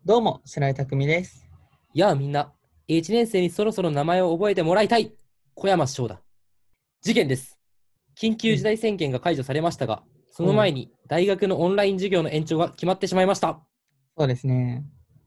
どうも、白井匠です。 やあみんな、1年生にそろそろ名前を覚えてもらいたい。小山翔だ。事件です。緊急事態宣言が解除されましたが、その前に大学のオンライン授業の延長が決まってしまいました。 そうですね。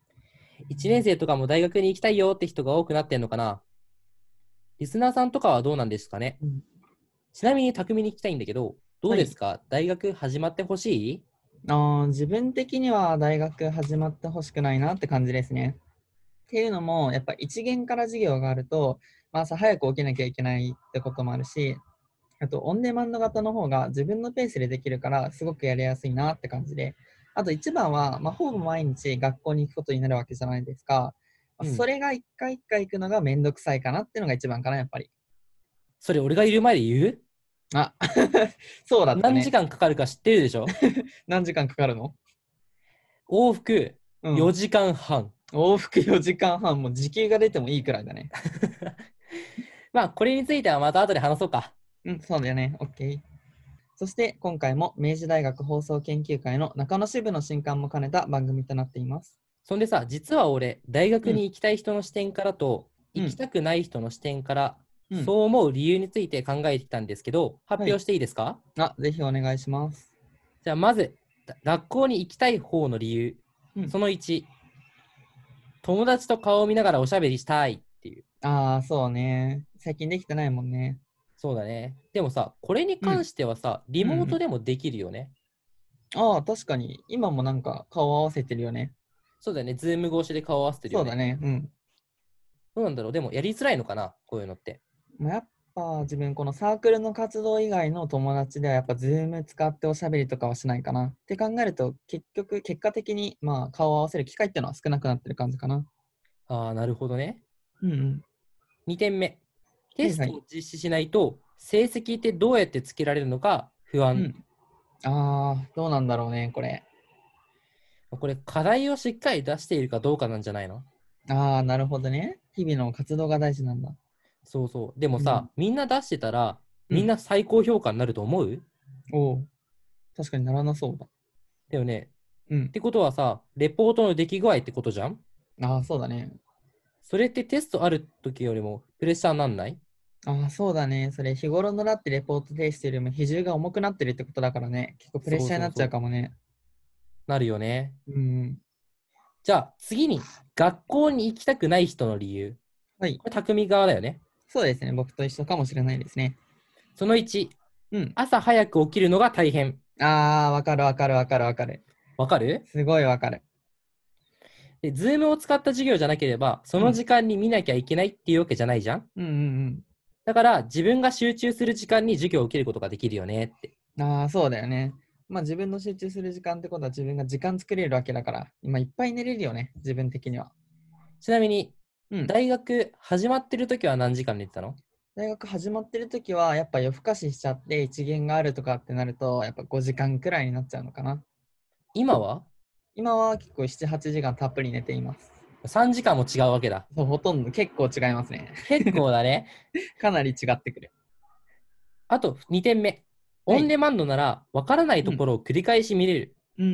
1年生とかも大学に行きたいよって人が多くなってんのかな。リスナーさんとかはどうなんですかね。ちなみに匠に行きたいんだけど、どうですか、大学始まってほしい？ 自分的には大学始まってほしくないなって感じですね。っていうのも、やっぱ一限から授業があると、朝早く起きなきゃいけないってこともあるし、あとオンデマンド型の方が自分のペースでできるからすごくやりやすいなって感じで、あと一番は、ほぼ毎日学校に行くことになるわけじゃないですか。それが一回一回行くのがめんどくさいかなっていうのが一番かな、やっぱり。 それ俺がいる前で言う？ あ、そうだった何時ね。 間かかるか知ってるでしょ？ 何時間かかるの？ 往復うん。 4時間半。 往復4時間半も時給が出てもいいくらいだね。 まあ、これについてはまた後で話そうか。 うん、そうだよね。OK。そして今回も明治大学放送研究会の中野支部の新刊も兼ねた番組となっています。 そんでさ、実は俺、大学うん、 に行きたい人の視点からと、行きうん、 たくない人の視点から、 うん。 そう思う理由について考えてきたんですけど、発はい。 表していいですか？ ぜひお願いします。 じゃあ、まず、学校に行きたい方の理由。 うん。 その1、友達と顔を見ながらおしゃべりしたいっていう。 そうね。最近できてないもんね。 そうだね。でもさ、これにうん、 関してはさ、リうん、うモートん。 でもできるよね。 確かに。今もなんか顔合わせてるよね。 そうだよね。ズーム越しで顔合わせてるよね。 そうだね。うん。 どうなんだろう。でも、やりづらいのかな、こういうのって。 やっぱ自分このサークルの活動以外の友達ではやっぱズーム使っておしゃべりとかはしないかなって考えると結局結果的に顔を合わせる機会っていうのは少なくなってる感じかな。 ああ、なるほどね。 うんうん。 2点目。テスはいはい。 トを実施しないと、成績ってどうやってつけられるのか不安。 うん。どうなんだろうね、これ。 これ、課題をしっかり出しているかどうかなんじゃないの？ なるほどね。日々の活動が大事なんだ。 そうそう。でもうん。 さ、みんな出してたら、 うん。 みんな最高評価になると思う？ おう。確かにならなそうだ。 だよね。 うん。 ってことはさ、レポートの出来具合ってことじゃん？ そうだね。 それってテストある時よりもプレッシャーなんない？ そうだね。それ日頃のだってレポート提出よりも比重が重くなってるってことだからね。結構プレッそうシャーになっちゃうそうそう。 かもね。 なるよね。 うん。 じゃあ、次に、学校に行きたくない人の理由。 はい。 これ、匠側だよね。 そうですね。僕と一緒かもしれないですね。 その1、 うん。 朝早く起きるのが大変。 わかるわかるわかるわかる。 わかる？ すごいわかる。 で、ズームを使った授業じゃなければ、そうん。 の時間に見なきゃいけないっていうわけじゃないじゃん。 うんうんだから、自分が集中する時間に授業を受けることができるよねって。 うん。そうだよね。自分の集中する時間ってことは自分が時間作れるわけだから、今いっぱい寝れるよね。自分的には。 ちなみに、 うん。 大学始まってる時は何時間寝てたの？ 大学始まってる時は、やっぱ夜更かししちゃって一限があるとかってなると、やっぱ5時間くらいになっちゃうのかな。 今は今は結構7、8時間たっぷり寝ています。 3 時間も違うわけだ。 そう、ほとんど結構違いますね。 結構だね。 かなり違ってくる。 あと2点目。 はい。 オンデマンドなら分からないうん。 ところを繰り返し見れる。 うん。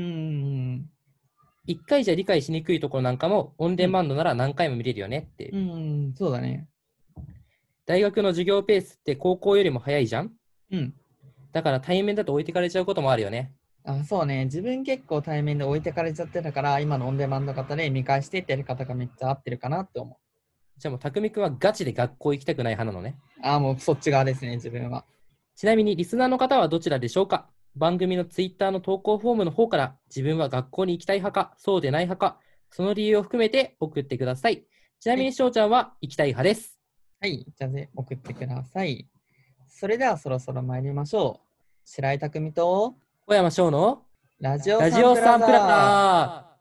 1回じゃ理解しにくいところなんかもオンうん。 デマンドなら何回も見れるよねっていう。 うん。そうだね。 大学の授業ペースって高校よりも早いじゃん。 うん。 だから対面だと置いてかれちゃうこともあるよね。 そうね。自分結構対面で置いてかれちゃってたから、今のオンデマンド型で見返してってやり方がめっちゃ合ってるかなって思う。 じゃあもう匠くんはガチで学校行きたくない派なのね。 もうそっち側ですね、自分は。 ちなみにリスナーの方はどちらでしょうか？番組のツイッターの投稿フォームの方から自分は学校に行きたい派か、そうでない派か、その理由を含めて送ってください。ちなはい。 みに翔ちゃんは行きたい派です。 はい。じゃあ、送ってください。それではそろそろ参りましょう。白井匠と小山翔のラジオラサンプラジオサンプザ。 ラー。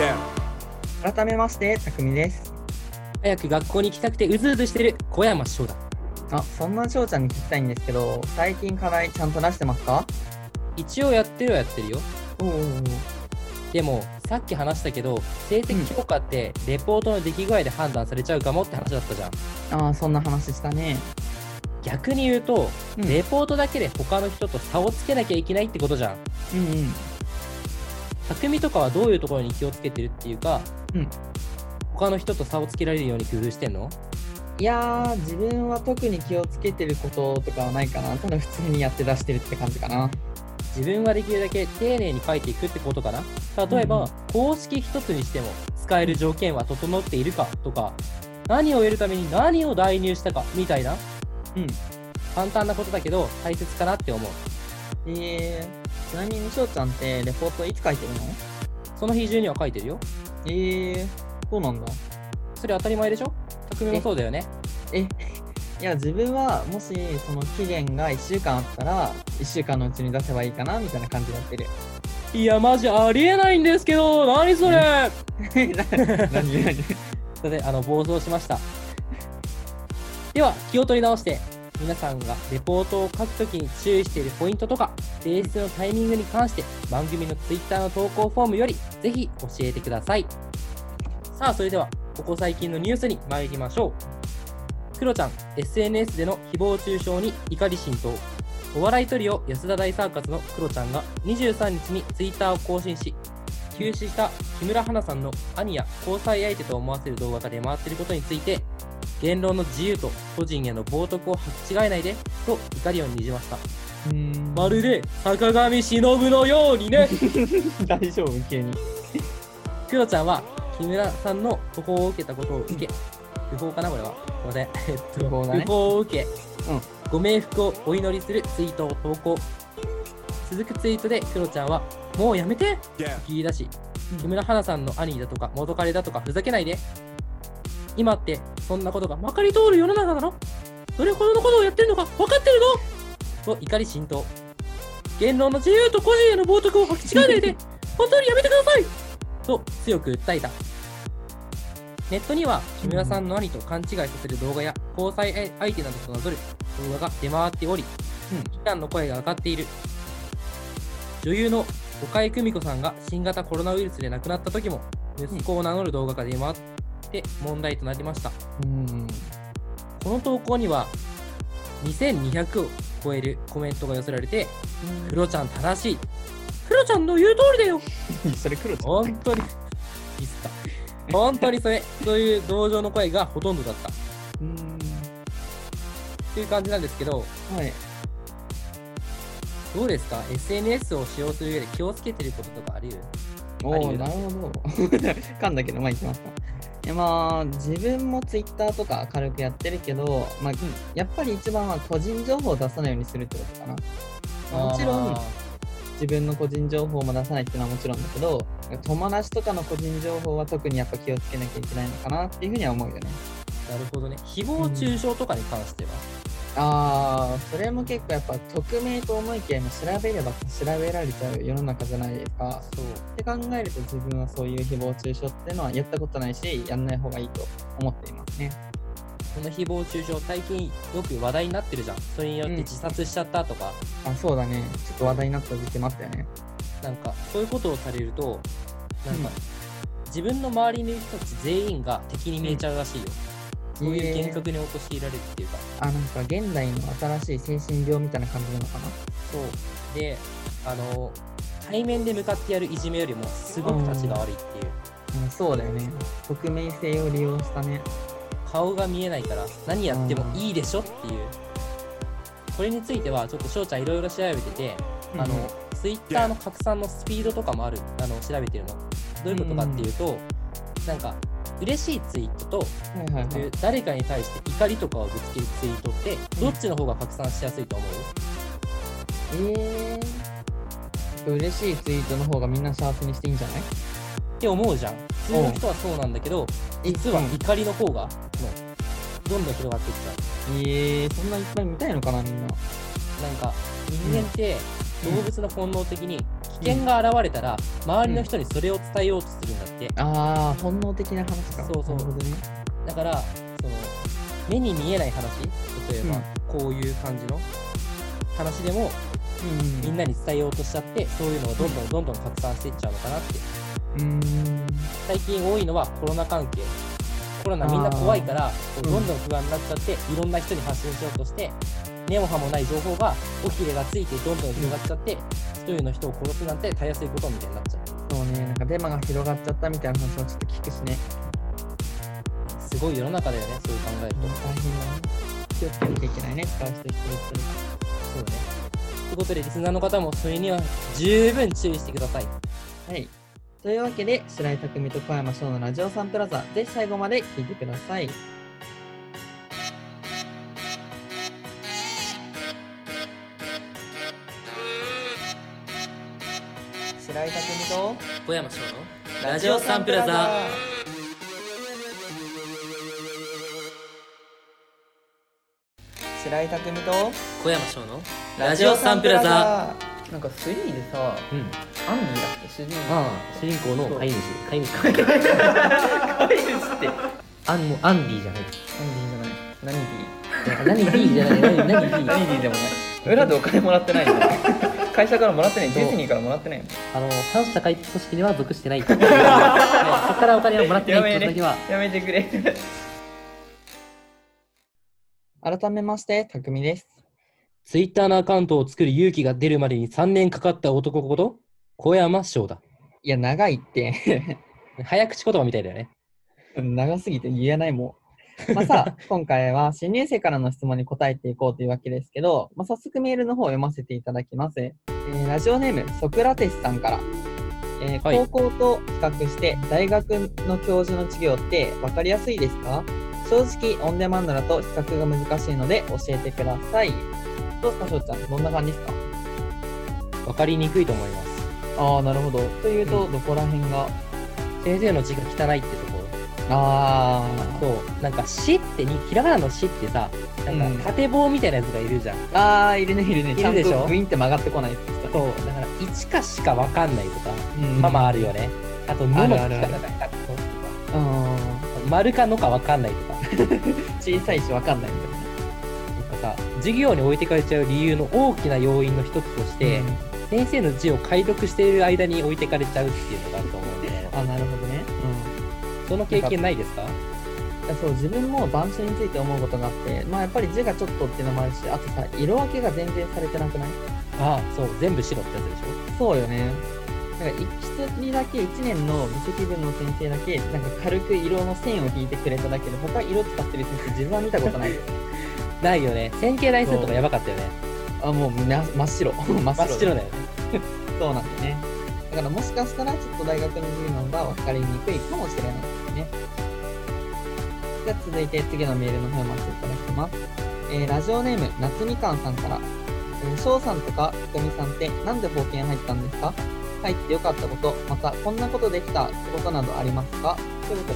改めまして、匠です。 早く学校に行きたくてうずうずしてる小山翔だ。 そんな翔ちゃんに聞きたいんですけど、最近課題ちゃんと出してますか？ 一応やってるはやってるよ。 おうおうおう。 でも、さっき話したけど、成績評価ってレポートの出来具合で判断されちゃうかもって話だったじゃん。 そんな話したね。 逆に言うと、 うんレポートだけで他の人と差をつけなきゃいけないってことじゃん。 うんうん。 匠とかはどういうところに気をつけてるっていうか、 うん他の人と差をつけられるように工夫してんの？ いやー、自分は特に気をつけてることとかはないかな。ただ普通にやって出してるって感じかな。 自分はできるだけ丁寧に書いていくってことかな。例えば、 うんうん公式一つにしても使える条件は整っているかとか、何を得るために何を代入したかみたいなうん。 簡単なことだけど大切かなって思う。 ちなみに翔ちゃんってレポートいつ書いてるの？ その日中には書いてるよ。 そうなんだ。 それ当たり前でしょ？匠もそうだよね。 いや、自分はもしその期限が1週間あったら、1週間のうちに出せばいいかなみたいな感じでやってる。 いや、マジありえないんですけど、何それ。 何それで暴走しました。では、気を取り直して、皆さんがレポートを書くときに注意しているポイントとか、提出のタイミングに関して、番組の Twitter の投稿フォームより、ぜひ教えてください。さあ、それでは、ここ最近のニュースに参りましょう。クロちゃん、SNS での誹謗中傷に怒り浸透。お笑いトリオ安田大サーカスのクロちゃんが23日に Twitter を更新し、休止した木村花さんの兄や交際相手と思わせる動画が出回っていることについて、言論の自由と個人への冒涜を履き違えないでと怒りをにじました。まるで坂上忍のようにね。 大丈夫急に。 クロちゃんは木村さんの訃報を受けたことを受け、訃報かなこれは。すいません。 訃報だね訃報を受け、ご冥福をお祈りするツイートを投稿。続くツイートでクロちゃんは、もうやめてと切り出し、木村花さんの兄だとか元彼だとかふざけないで。今ってそんなことがまかり通る世の中なの？どれほどのことをやってるのか分かってるの？と怒り浸透。言論の自由と個人への冒涜を履き違えないで本当にやめてくださいと強く訴えた。ネットには木村さんの兄と勘違いさせる動画や交際相手などとなぞる動画が出回っており、非難の声が上がっている。女優の岡井久美子さんが新型コロナウイルスで亡くなった時も息子を名乗る動画が出回って問題となりました。この投稿には2200を超えるコメントが寄せられて、クロちゃん正しい、クロちゃんの言う通りだよそれクロちゃん本当にミスった本当にそういう同情の声がほとんどだったっていう感じなんですけど、 はい、 どうですか？ SNS を使用する上で気をつけてることとかある？ なるほど。噛んだけど、行きますか。自分も Twitter とか軽くやってるけど、やっぱり一番は個人情報を出さないようにするってことかな。もちろん、自分の個人情報も出さないっていうのはもちろんだけど、友達とかの個人情報は特にやっぱ気をつけなきゃいけないのかなっていうふうには思うよね。 なるほどね。誹謗中傷とかに関しては、 それも結構やっぱ匿名と思いきや今調べれば調べられちゃう世の中じゃないですか。 そうって考えると自分はそういう誹謗中傷っていうのはやったことないし、やんない方がいいと思っていますね。 この誹謗中傷最近よく話題になってるじゃん。それによって自殺しちゃったとか、 そうだね。ちょっと話題になった時期もあったよね。 なんかそういうことをされると、なんか、自分の周りの人たち全員が敵に見えちゃうらしいよ。そういう幻覚に陥られるっていうか、 なんか現代の新しい精神病みたいな感じなのかな。 そうで、対面で向かってやるいじめよりもすごく立ちが悪いっていう、 そうだよね。匿名性を利用したね。 顔が見えないから何やってもいいでしょっていう、これについてはちょっと翔ちゃんいろいろ調べてて、Twitter の拡散のスピードとかもある、調べてるの。どういうことかっていうと、なんか嬉しいツイートと、誰かに対して怒りとかをぶつけるツイートってどっちの方が拡散しやすいと思う？ 嬉しいツイートの方がみんな幸せにしていいんじゃないって思うじゃん。普通の人はそうなんだけど、実は怒りの方がどんどん広がっていっちゃう。 そんないっぱい見たいのかなみんな。 なんか人間って動物の本能的に危険が現れたら周りの人にそれを伝えようとするんだって。 本能的な話か。 そうそう。 なるほどね。 だから目に見えない話、例えば、こういう感じの話でも、みんなに伝えようとしちゃって、そういうのがどんどん拡散していっちゃうのかなって。最近多いのはコロナ関係。コロナみんな怖いからどんどん不安になっちゃって、いろんな人に発信しようとして、根も葉もない情報が尾ひれがついてどんどん広がっちゃって、一人の人を殺すなんてたやすいことみたいになっちゃう。 そうね、なんかデマが広がっちゃったみたいな話もちょっと聞くしね。 すごい世の中だよね、そう考えると。 大変だね。気をつけなきゃいけないね、使う人一人一人。 そうね。ということで、リスナーの方もそれには十分注意してください。 はい。というわけで、白井匠と小山翔のラジオサンプラザ、ぜひ最後まで聞いてください。白井匠と小山翔のラジオサンプラザ。 白井匠と小山翔のラジオサンプラザ。 なんか3でさ、アンディだっけ、主人公の飼い主ってアンディじゃない。 アンディじゃない。 何ディ何 D じゃない。何 D でもない。裏でお金もらってないよ。会社からもらってない。ディズニーからもらってないよ。 反社会的組織には属してない。そこからお金はもらってないってだけはやめてくれ。改めまして、たくみです。 ツイッターのアカウントを作る勇気が出るまでに3年かかった男こと小山翔だ。 いや、長いって。 早口言葉みたいだよね。 長すぎて言えないもん。まあさ、今回は新入生からの質問に答えていこうというわけですけど、早速メールの方を読ませていただきます。ラジオネーム、ソクラテスさんから。高校と比較して大学の教授の授業って分かりやすいですか？正直オンデマンドだと比較が難しいので教えてください。どうですか、しょうちゃん、どんな感じですか？ 分かりにくいと思います。 ああ、なるほど。というと、どこら辺が？ 先生の字が汚いってところ。 ああ、 そう、なんかしってひらがなのしってさ、なんか縦棒みたいなやつがいるじゃん。 ああ、いるね。 いるでしょ？ ちゃんとグインって曲がってこないって人。 そう、だから1かしか分かんないとか、まああるよね。あと、のの聞かなかったとか、丸かのか分かんないとか。 小さいし分かんないみたいな。 なんかさ、授業に置いてかれちゃう理由の大きな要因の一つとして、先生の字を解読している間に置いてかれちゃうっていうのがあると思うんで。 あ、なるほどね。 その経験ないですか？ そう、自分も板書について思うことがあって、やっぱり字がちょっとっていうのもあるし、あとさ、色分けが全然されてなくない？ ああ、そう、全部白ってやつでしょ？ そうよね。だから一人だけ、1年の美籍分の先生だけ、なんか軽く色の線を引いてくれただけで、他色使ってる先生自分は見たことないよ。 ないよね。線形代数とかやばかったよね。 あ、もう真っ白。 真っ白だよね。 そうなんだよね。だからもしかしたらちょっと大学の授業が分かりにくいかもしれないですね。じゃあ続いて次のメールの方を読ませていただきます。ラジオネーム夏みかんさんから。翔さんとかひとみさんってなんで保険入ったんですか？入ってよかったこと、またこんなことできたってことなどありますか？ということ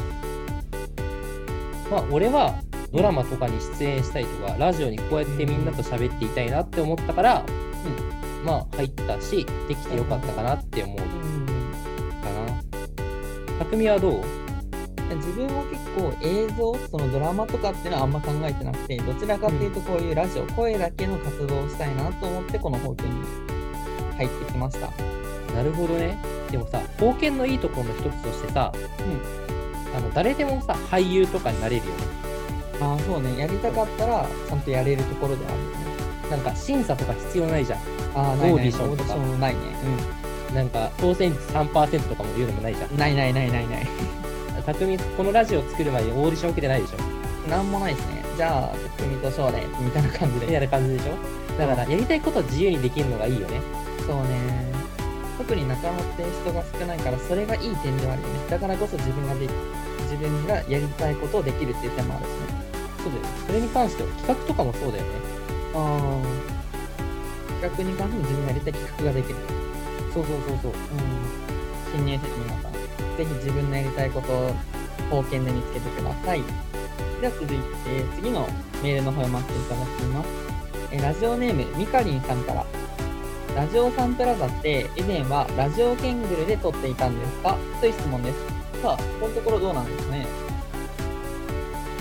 です。 俺はドラマとかに出演したりとか、ラジオにこうやってみんなと喋っていたいなって思ったから、入ったし、できてよかったかなって思うかな。匠はどう？ 自分は結構映像、そのドラマとかっていうのはあんま考えてなくて、どちらかっていうとこういうラジオ、声だけの活動をしたいなと思ってこの保険に入ってきました。 なるほどね。でもさ、保険のいいところの一つとしてさ、誰でもさ、俳優とかになれるよね。 ああ、そうね。やりたかったらちゃんとやれるところであるよね。 なんか審査とか必要ないじゃん。 オーディションとかないね。 なんか当選率 3% とかも言うのもないじゃん。 ない。 匠、このラジオ作る前にオーディション受けてないでしょ？ なんもないですね。じゃあ、匠と翔でみたいな感じで。 みたいな感じでしょ？だからやりたいことを自由にできるのがいいよね。 そうね。特に仲間って人が少ないから、それがいい点ではあるよね。だからこそ自分がやりたいことをできるっていう点もあるしね。 そうだよ。それに関しては企画とかもそうだよね。 企画に関しても自分がやりたい企画ができる。 そう。 新入生の皆さん、ぜひ自分のやりたいことを保険で見つけてください。では続いて次のメールの方を読ませていただきます。ラジオネームみかりんさんから。ラジオサンプラザって以前はラジオケングルで撮っていたんですか？という質問です。さあ、このところどうなんですかね。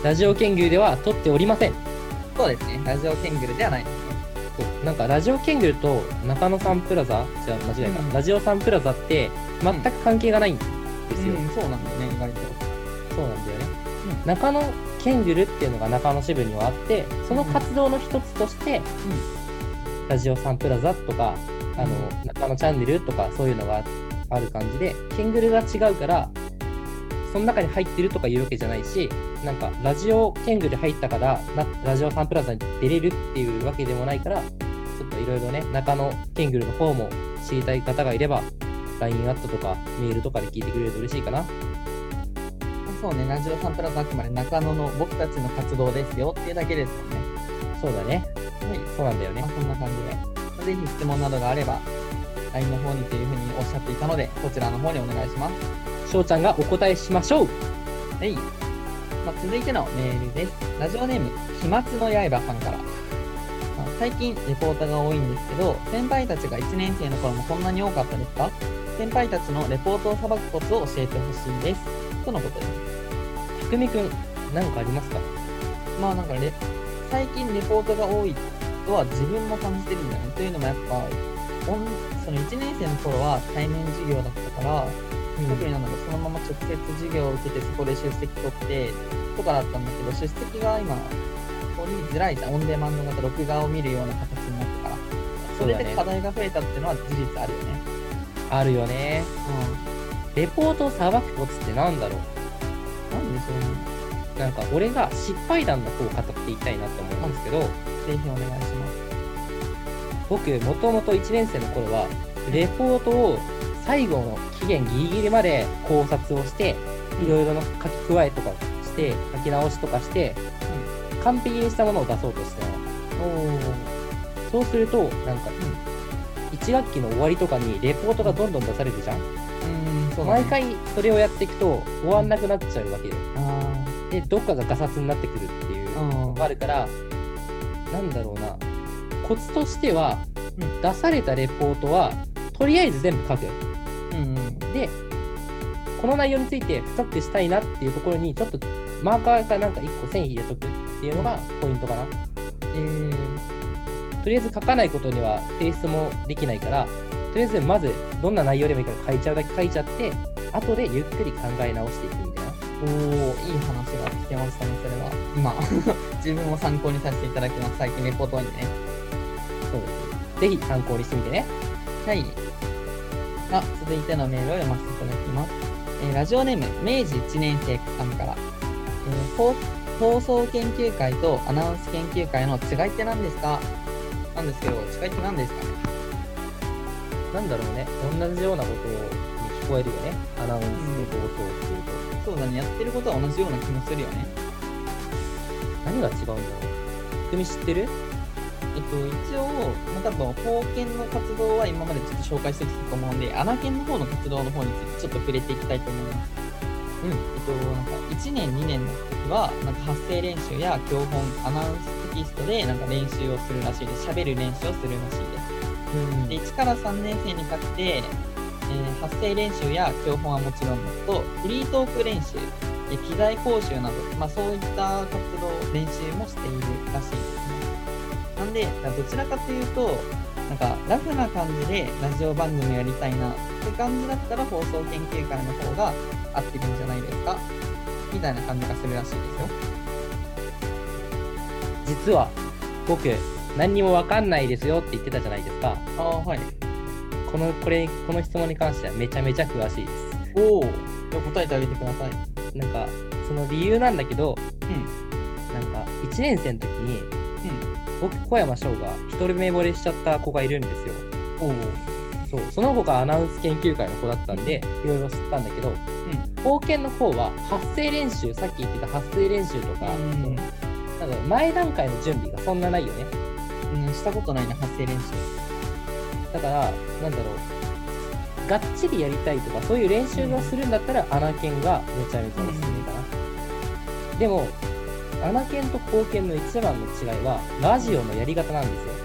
ラジオケングルでは撮っておりません。 そうですね。ラジオケングルではないですね。 そうなんかラジオケングルと中野サンプラザ、違う、間違えた、ラジオサンプラザって全く関係がないんですよ。 そうなんだよね、意外と。 そうなんだよね。中野ケングルっていうのが中野支部にはあって、その活動の一つとして、ラジオサンプラザとか、中野チャンネルとかそういうのがある感じで、ケングルが違うから、その中に入ってるとかいうわけじゃないし、なんかラジオケングル入ったからラジオサンプラザに出れるっていうわけでもないから、ちょっといろいろね、中野ケングルの方も知りたい方がいれば、LINE アットとかメールとかで聞いてくれると嬉しいかな。 そうね、ラジオサンプラザあくまで中野の僕たちの活動ですよっていうだけですもんね。 そうだね。はい、そうなんだよね。 そんな感じで。ぜひ質問などがあれば、LINE の方にというふうにおっしゃっていたので、こちらの方にお願いします。 翔ちゃんがお答えしましょう。 はい。続いてのメールです。ラジオネーム、飛沫の刃さんから。最近レポートが多いんですけど、先輩たちが1年生の頃もこんなに多かったですか？先輩たちのレポートをさばくコツを教えてほしいです。とのことです。 たくみくん、何かありますか？ なんか最近レポートが多いとは自分も感じてるんだよね。というのもやっぱ、その1年生の頃は対面授業だったから、特にそのまま直接授業を受けてそこで出席取ってとかだったんだけど、出席が今取りづらいじゃん。オンデマンド型録画を見るような形になったから、それで課題が増えたっていうのは事実あるよね。 あるよね。レポートをさばくコツってなんだろう。 なんでしょうね。 なんか俺が失敗談の方を語っていきたいなと思うんですけど、ぜひお願いします。 僕もともと1年生の頃はレポートを最後の期限ギリギリまで考察をして、いろいろな書き加えとかして書き直しとかして、完璧にしたものを出そうとしてたの。そうするとなんか、1学期の終わりとかにレポートがどんどん出されるじゃん。そうだね、毎回それをやっていくと終わんなくなっちゃうわけよ。でどっかがガサツになってくるっていうのがあるから、なんだろうな、コツとしては、出されたレポートはとりあえず全部書く。でこの内容について深くしたいなっていうところにちょっとマーカーかなんか1個線入れとくっていうのがポイントかな。とりあえず書かないことには提出もできないから、とりあえずまずどんな内容でもいいから書いちゃうだけ書いちゃって、後でゆっくり考え直していくみたいな。 いい話が聞けましたね、それは。今自分も参考にさせていただきます。最近レポート多いんでね。 そうです。ぜひ参考にしてみてね。 はい。続いてのメールを読ませていただきます。ラジオネーム、明治1年生さんから。放送研究会とアナウンス研究会の違いって何ですか？なんですけど、違いって何ですかね？ なんだろうね。同じようなことに聞こえるよね。アナウンスと放送っていうと。 そうだね。やってることは同じような気もするよね。 何が違うんだろう？組知ってる？ 一応、多分、法研の活動は今までちょっと紹介してきたと思うんで、アナ研の方の活動の方についてちょっと触れていきたいと思います。なんか1年、2年の時は、なんか発声練習や教本、アナウンステキストでなんか練習をするらしいです。喋る練習をするらしいです。で、1から3年生にかけて、発声練習や教本はもちろんのこと、フリートーク練習、機材講習など、そういった活動、練習もしているらしいですね。なんで、どちらかというと、なんかラフな感じでラジオ番組をやりたいなって感じだったら放送研究会の方が合ってるんじゃないですかみたいな感じがするらしいですよ。 実は僕何にも分かんないですよって言ってたじゃないですか。 はい。 この質問に関してはめちゃめちゃ詳しいです。 じゃあ答えてあげてください。 なんかその理由なんだけど、なんか1年生の時に、僕小山翔が一人目惚れしちゃった子がいるんですよ。その子がアナウンス研究会の子だったんでいろいろ知ったんだけど、法研の方は発声練習、さっき言ってた発声練習とか、なんか前段階の準備がそんなないよね。 したことないね、発声練習。 だからなんだろう、がっちりやりたいとかそういう練習をするんだったらアナ研がめちゃめちゃおすすめかな。でもアナ研と法研の一番の違いはラジオのやり方なんですよ。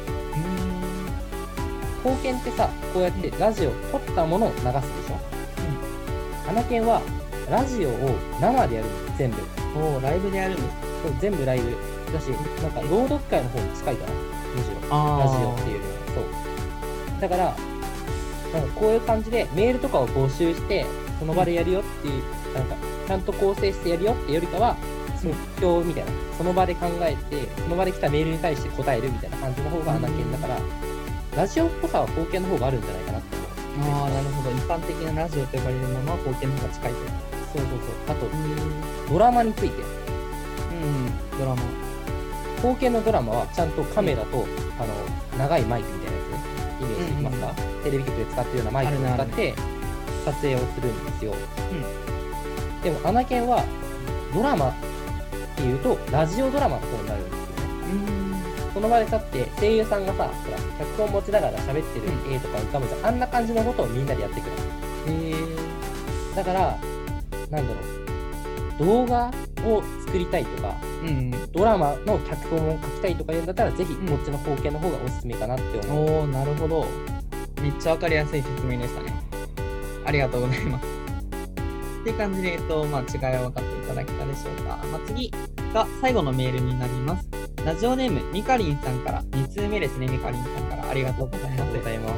法研ってさ、こうやってラジオを撮ったものを流すでしょ。アナ研はラジオを生でやるんです、全部。 ライブでやるんです。 そう全部ライブだし、なんか朗読会の方に近いかな、むしろ。ラジオっていうのは。そう。だから、なんかこういう感じでメールとかを募集して、その場でやるよっていう、なんか、ちゃんと構成してやるよってよりかは、即興みたいな、その場で考えて、その場で来たメールに対して答えるみたいな感じの方が穴研だから、ラジオっぽさは貢献の方があるんじゃないかなって思う。 ああ、なるほど。一般的なラジオと呼ばれるものは貢献の方が近いと。 そうそうそう。あと、ドラマについて。 ドラマ。 貢献のドラマはちゃんとカメラと、長いマイクみたいなやつ、イメージできますか？テレビ局で使ってるようなマイクを使って撮影をするんですよ。でも、穴研はドラマっていうと、ラジオドラマの方になるんですよね。その場で立って、声優さんがさ、ほら、脚本持ちながら喋ってる絵とか浮かぶじゃん。あんな感じのことをみんなでやっていくの。だから、なんだろう、動画を作りたいとか、ドラマの脚本を書きたいとか言うんだったら、ぜひこっちの貢献の方がおすすめかなって思う。 おー、なるほど。めっちゃわかりやすい説明でしたね。ありがとうございます。っていう感じで、違いは分かっていただけたでしょうか。次が最後のメールになります。ラジオネーム、みかりんさんから、2通目ですね、みかりんさんから。ありがとうございます。 ありがとうございます。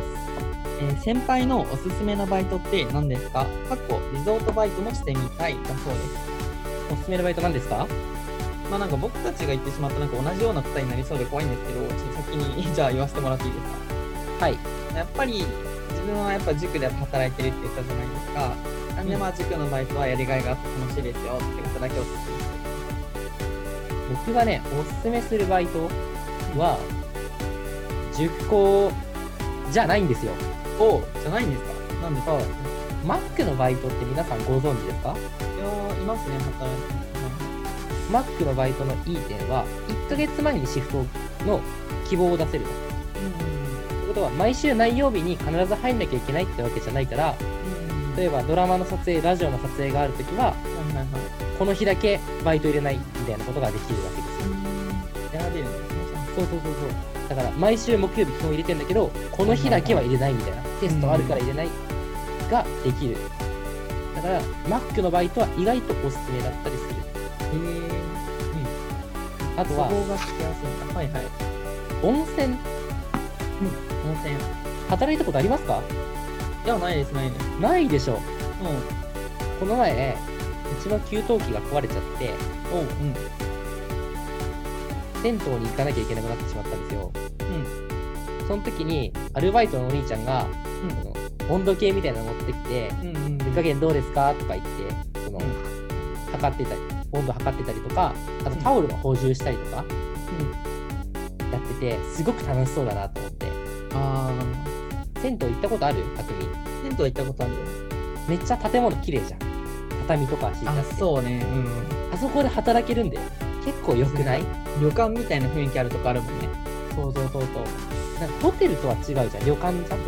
先輩のおすすめのバイトって何ですか？リゾートバイトもしてみたいだそうです。 おすすめのバイト何ですか？ なんか僕たちが言ってしまったなんか同じような答えになりそうで怖いんですけど、ちょっと先にじゃあ言わせてもらっていいですか？ はい。 やっぱり自分はやっぱ塾で働いてるって言ったじゃないですか。なんで塾のバイトはやりがいがあって楽しいですよってことだけおすすめして。 僕がね、おすすめするバイトは、塾講じゃないんですよ。 じゃないんですか？なんですか？ マックのバイトって皆さんご存知ですか？ いますね、働いてます。 マックのバイトのいい点は、1ヶ月前にシフトの希望を出せるの。ということは、毎週何曜日に必ず入んなきゃいけないってわけじゃないから、例えばドラマの撮影、ラジオの撮影があるときは、この日だけバイト入れないみたいなことができるわけですよ。 選べるんですね。 そう。だから、毎週木曜日基本入れてんだけど、この日だけは入れないみたいな。テストあるから入れないができる。だから、マックのバイトは意外とおすすめだったりする。あとは、温泉。 温泉。 働いたことありますか？ いや、ないです。 ないでしょ。この前、うちの給湯器が壊れちゃって、銭湯に行かなきゃいけなくなってしまったんですよ。その時に、アルバイトのお兄ちゃんが、温度計みたいなの持ってきて、湯加減どうですかとか言って、測ってたり、温度測ってたりとか、あとタオルの補充したりとか、やってて、すごく楽しそうだなと思って。銭湯行ったことある？匠。 銭湯行ったことあるよ。 めっちゃ建物綺麗じゃん。畳とか敷いてあって。 そうね。 あそこで働けるんで、結構良くない？ 旅館みたいな雰囲気あるとこあるもんね。 そう。なんかホテルとは違うじゃん。旅館ちゃんと使ってると。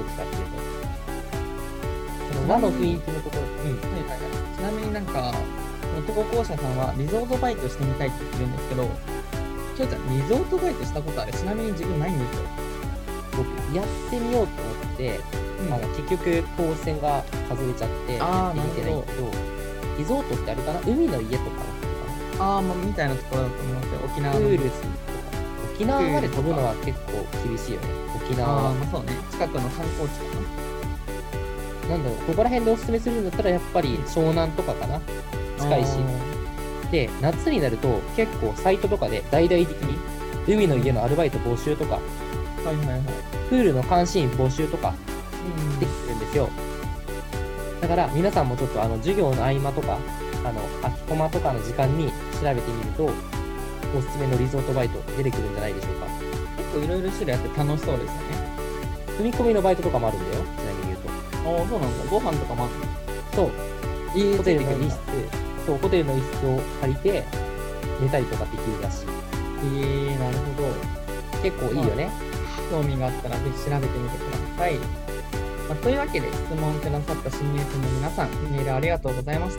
和の雰囲気のところ。 ちなみになんか、投稿者さんはリゾートバイトしてみたいって言ってるんですけど、きょうちゃん、リゾートバイトしたことある？ちなみに自分ないんですよ。 僕、やってみようと思って、結局、当選が外れちゃって、やってみてないけど、リゾートってあれかな？海の家とかみたいなところだと思いますよ。沖縄の。 沖縄まで飛ぶのは結構厳しいよね。沖縄は。 そうね。近くの観光地かな。なんだろう、ここら辺でおすすめするんだったら、やっぱり湘南とかかな。近いし。で、夏になると結構サイトとかで大々的に海の家のアルバイト募集とか、プールの監視員募集とかできてるんですよ。だから皆さんもちょっと授業の合間とか、空きコマとかの時間に調べてみると、おすすめのリゾートバイト出てくるんじゃないでしょうか。 結構いろいろ種類あって楽しそうですよね。 踏み込みのバイトとかもあるんだよ、ちなみに言うと。 そうなんだ。ご飯とかもあるの？ そう。ホテルの一室、ホテルの一室を借りて寝たりとかできるらしい。 なるほど。 結構いいよね。 興味があったらぜひ調べてみてください。というわけで質問くださった新入生の皆さん、メールありがとうございました。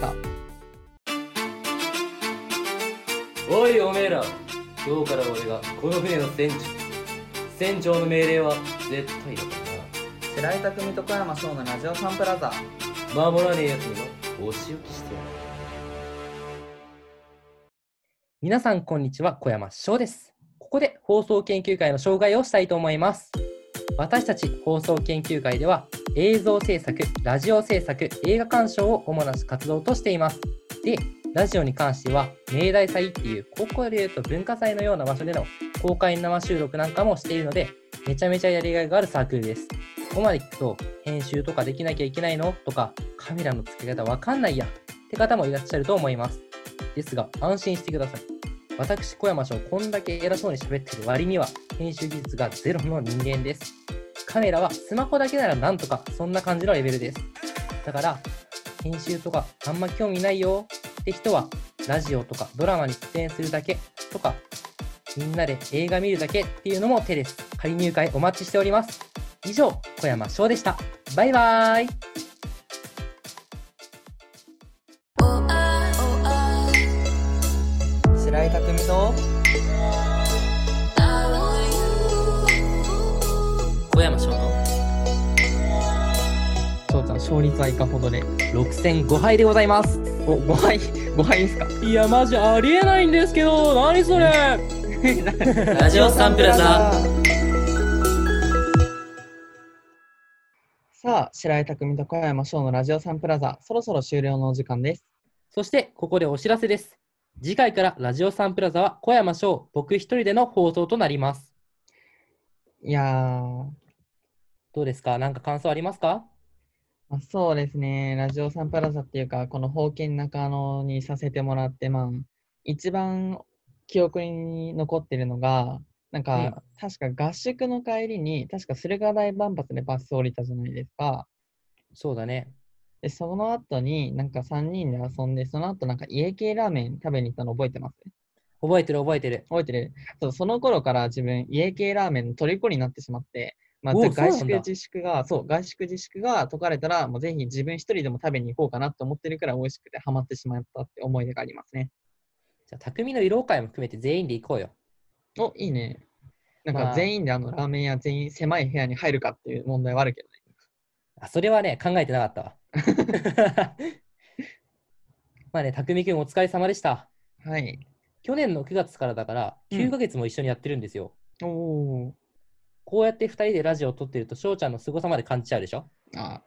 おいおめえら、今日から俺がこの船の船長の命令は絶対だからな。白井匠と小山翔のラジオサンプラザ。 守らねえやつにはお仕置きしてやる。 皆さん、こんにちは。小山翔です。ここで放送研究会の紹介をしたいと思います。私たち放送研究会では、映像制作、ラジオ制作、映画鑑賞を主な活動としています。で、ラジオに関しては、明大祭っていう高校でいうと文化祭のような場所での公開生収録なんかもしているので、めちゃめちゃやりがいがあるサークルです。ここまで聞くと、編集とかできなきゃいけないのとか、カメラの付け方わかんないやって方もいらっしゃると思います。ですが、安心してください。私、小山翔、こんだけ偉そうに喋ってる割には、編集技術がゼロの人間です。カメラはスマホだけならなんとか、そんな感じのレベルです。だから、編集とかあんま興味ないよって人は、ラジオとかドラマに出演するだけとか、みんなで映画見るだけっていうのも手です。仮入会お待ちしております。以上、小山翔でした。バイバーイ。 白井匠と小山翔の翔ちゃん、勝率はいかほどで 6戦5敗でございます。 お、5敗ですか？ いや、マジありえないんですけど、何それラジオサンプラザ。 さあ、白井匠と小山翔のラジオサンプラザ、そろそろ終了のお時間です。 そして、ここでお知らせです。次回からラジオサンプラザは小山翔、僕一人での放送となります。 いやー、 どうですか？なんか感想ありますか？ そうですね、ラジオサンプラザっていうか、この宝剣中野にさせてもらって、一番記憶に残ってるのが、確か合宿の帰りに、確か駿河台万発でバス降りたじゃないですか。 そうだね。 で、その後に、3人で遊んで、その後家系ラーメン食べに行ったの覚えてます？ 覚えてる覚えてる。 覚えてる？そう、その頃から自分、家系ラーメンの虜になってしまって、 おお、 外そうなんだ。 宿自粛が、外宿自粛が解かれたら、もうぜひ自分一人でも食べに行こうかなと思ってるくらい美味しくてハマってしまったって思い出がありますね。 じゃあ、匠の色会も含めて全員で行こうよ。 お、いいね。 まあ、 全員でラーメン屋全員狭い部屋に入るかっていう問題はあるけどそれはね、考えてなかったわ。まあね、匠くんお疲れ様でした。 ね。はい。 去年の9月からだから9ヶ月も一緒にやってるんですよ。 おー。 こうやって2人でラジオを撮ってると翔ちゃんの凄さまで感じちゃうでしょ。 はい。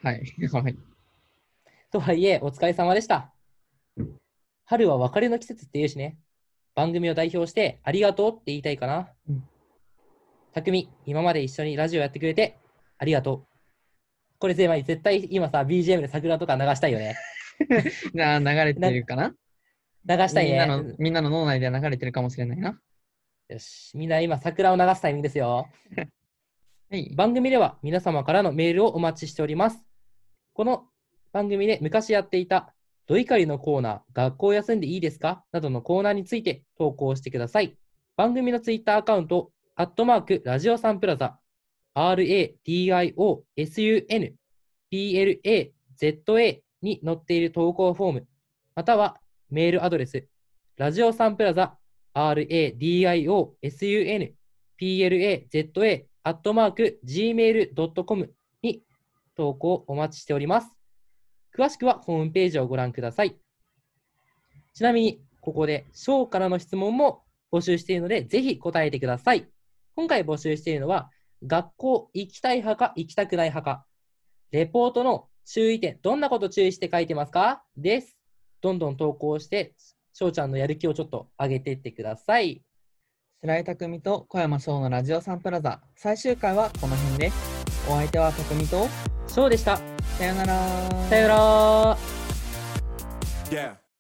はい。 とはいえ、お疲れ様でした。春は別れの季節って言うしね。番組を代表してありがとうって言いたいかな。匠、今まで一緒にラジオやってくれてありがとう。これ絶対今さ、BGM で桜とか流したいよね。 じゃあ流れてるかな？ 流したいね。 みんなの脳内では流れてるかもしれないな。 よし、みんな今桜を流すタイミングですよ。 はい。 番組では皆様からのメールをお待ちしております。この番組で昔やっていたドイカリのコーナー、学校休んでいいですかなどのコーナーについて投稿してください。番組のツイッターアカウント、ラジオサンプラザ、RADIOSUNPLAZA に載っている投稿フォーム、またはメールアドレス、ラジオサンプラザ、RADIOSUNPLAZA@gmail.com に投稿お待ちしております。詳しくはホームページをご覧ください。ちなみに、ここで翔からの質問も募集しているので、ぜひ答えてください。今回募集しているのは、学校行きたい派か行きたくない派か、レポートの注意点、どんなこと注意して書いてますかです。どんどん投稿して、翔ちゃんのやる気をちょっと上げていってください。 白井匠と小山翔のラジオサンプラザ、最終回はこの辺で。お相手は匠と翔でした。 さよなら。 さよなら。 Yeah.